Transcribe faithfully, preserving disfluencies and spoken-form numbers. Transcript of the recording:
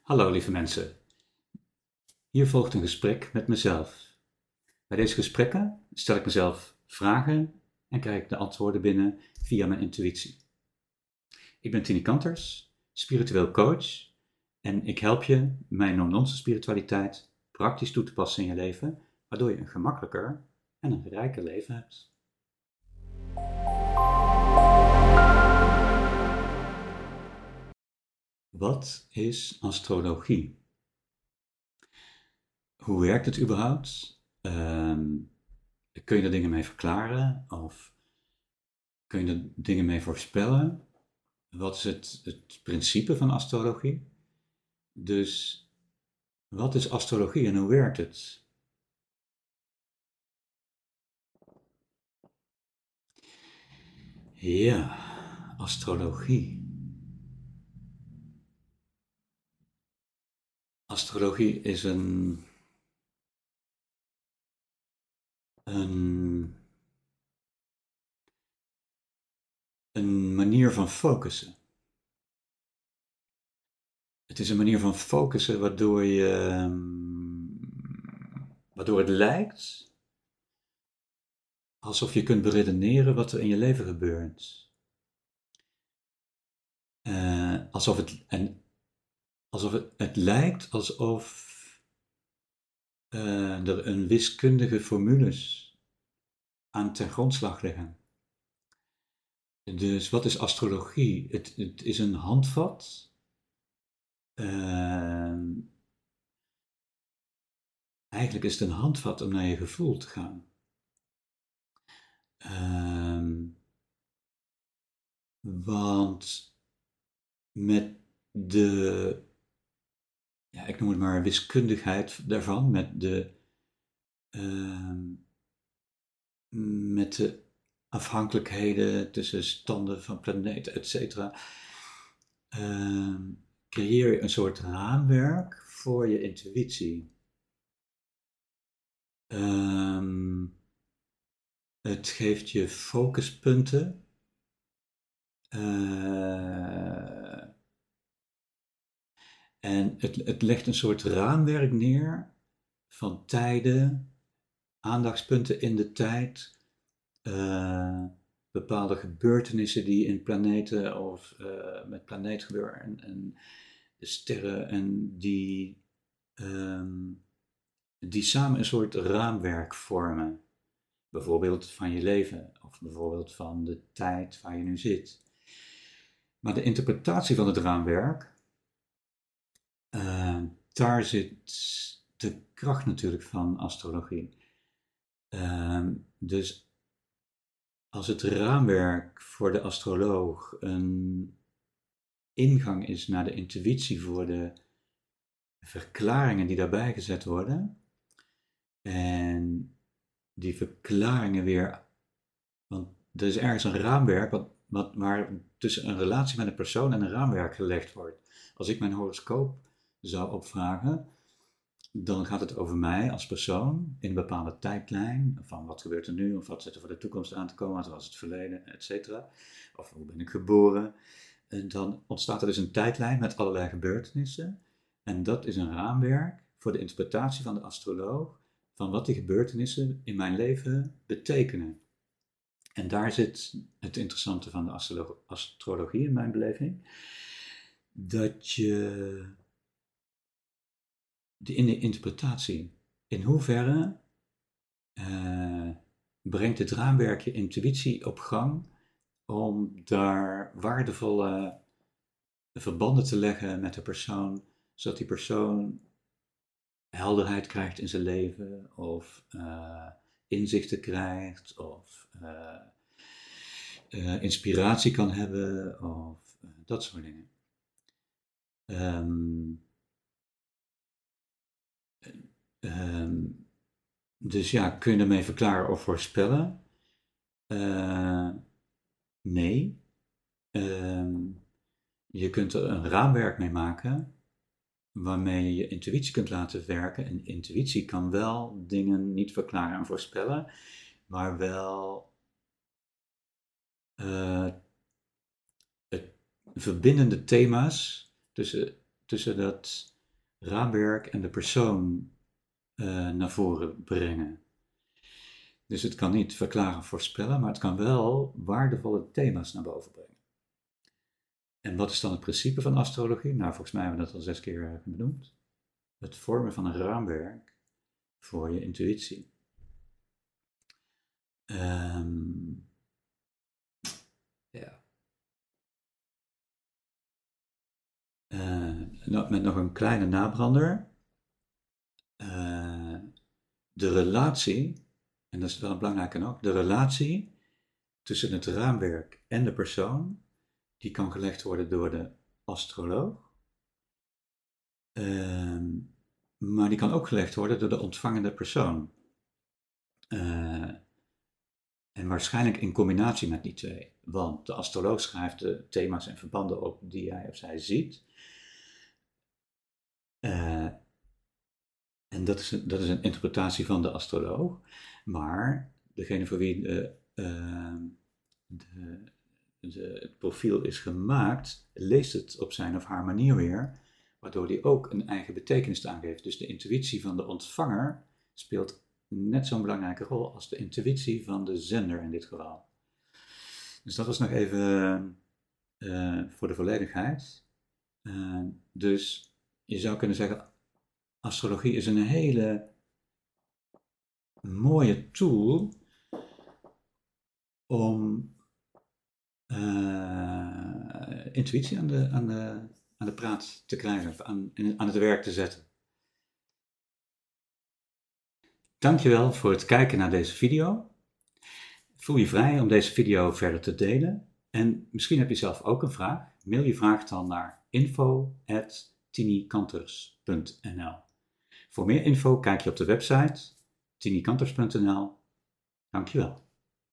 Hallo lieve mensen, hier volgt een gesprek met mezelf. Bij deze gesprekken stel ik mezelf vragen en krijg ik de antwoorden binnen via mijn intuïtie. Ik ben Tini Kanters, spiritueel coach en ik help je mijn no-nonsense spiritualiteit praktisch toe te passen in je leven, waardoor je een gemakkelijker en een rijker leven hebt. Wat is astrologie? Hoe werkt het überhaupt? Um, kun je er dingen mee verklaren? Of kun je er dingen mee voorspellen? Wat is het, het principe van astrologie? Dus wat is astrologie en hoe werkt het? Ja, astrologie. Astrologie is een, een, een manier van focussen. Het is een manier van focussen waardoor je, waardoor het lijkt alsof je kunt beredeneren wat er in je leven gebeurt. Uh, alsof het, en, alsof het, het lijkt alsof uh, er een wiskundige formules aan ten grondslag liggen. Dus wat is astrologie? Het, het is een handvat. Uh, eigenlijk is het een handvat om naar je gevoel te gaan. Uh, want met de, ja, ik noem het maar wiskundigheid daarvan, met de, uh, met de afhankelijkheden tussen standen van planeten, et cetera, uh, creëer je een soort raamwerk voor je intuïtie. Um, het geeft je focuspunten. Uh, en het, het legt een soort raamwerk neer van tijden, aandachtspunten in de tijd, uh, bepaalde gebeurtenissen die in planeten of uh, met planeten gebeuren en, en de sterren en die, um, die samen een soort raamwerk vormen. Bijvoorbeeld van je leven of bijvoorbeeld van de tijd waar je nu zit. Maar de interpretatie van het raamwerk, uh, daar zit de kracht natuurlijk van astrologie. Uh, dus als het raamwerk voor de astroloog een ingang is naar de intuïtie voor de verklaringen die daarbij gezet worden, en die verklaringen weer, want er is ergens een raamwerk wat, wat, waar tussen een relatie met een persoon en een raamwerk gelegd wordt. Als ik mijn horoscoop zou opvragen, dan gaat het over mij als persoon in een bepaalde tijdlijn, van wat gebeurt er nu, of wat zit er voor de toekomst aan te komen, wat was het verleden, et cetera. Of hoe ben ik geboren. En dan ontstaat er dus een tijdlijn met allerlei gebeurtenissen. En dat is een raamwerk voor de interpretatie van de astroloog van wat die gebeurtenissen in mijn leven betekenen. En daar zit het interessante van de astrolo- astrologie in mijn beleving. Dat je de, in de interpretatie, in hoeverre uh, brengt het raamwerk je intuïtie op gang om daar waardevolle verbanden te leggen met de persoon, zodat die persoon helderheid krijgt in zijn leven of uh, inzichten krijgt of uh, uh, inspiratie kan hebben of uh, dat soort dingen. Um, um, dus ja, kun je ermee verklaren of voorspellen? Uh, nee. Um, je kunt er een raamwerk mee maken waarmee je je intuïtie kunt laten werken. En intuïtie kan wel dingen niet verklaren en voorspellen, maar wel uh, het verbindende thema's tussen, tussen dat raamwerk en de persoon uh, naar voren brengen. Dus het kan niet verklaren of voorspellen, maar het kan wel waardevolle thema's naar boven brengen. En wat is dan het principe van astrologie? Nou, volgens mij hebben we dat al zes keer benoemd. Het vormen van een raamwerk voor je intuïtie. Um, ja. Uh, met nog een kleine nabrander. Uh, de relatie, en dat is wel een belangrijke ook, de relatie tussen het raamwerk en de persoon, die kan gelegd worden door de astroloog. Uh, maar die kan ook gelegd worden door de ontvangende persoon. Uh, en waarschijnlijk in combinatie met die twee. Want de astroloog schrijft de thema's en verbanden op die hij of zij ziet. Uh, en dat is, een, dat is een interpretatie van de astroloog. Maar degene voor wie de, uh, de, de, het profiel is gemaakt, leest het op zijn of haar manier weer, waardoor die ook een eigen betekenis aangeeft. Dus de intuïtie van de ontvanger speelt net zo'n belangrijke rol als de intuïtie van de zender in dit geval. Dus dat was nog even uh, voor de volledigheid. Uh, dus je zou kunnen zeggen, astrologie is een hele mooie tool om uh, intuïtie aan de, aan, de, aan de praat te krijgen, aan, aan het werk te zetten. Dankjewel voor het kijken naar deze video. Voel je vrij om deze video verder te delen. En misschien heb je zelf ook een vraag. Mail je vraag dan naar info at tinikanters punt n l. Voor meer info kijk je op de website tinikanters punt n l. Dankjewel.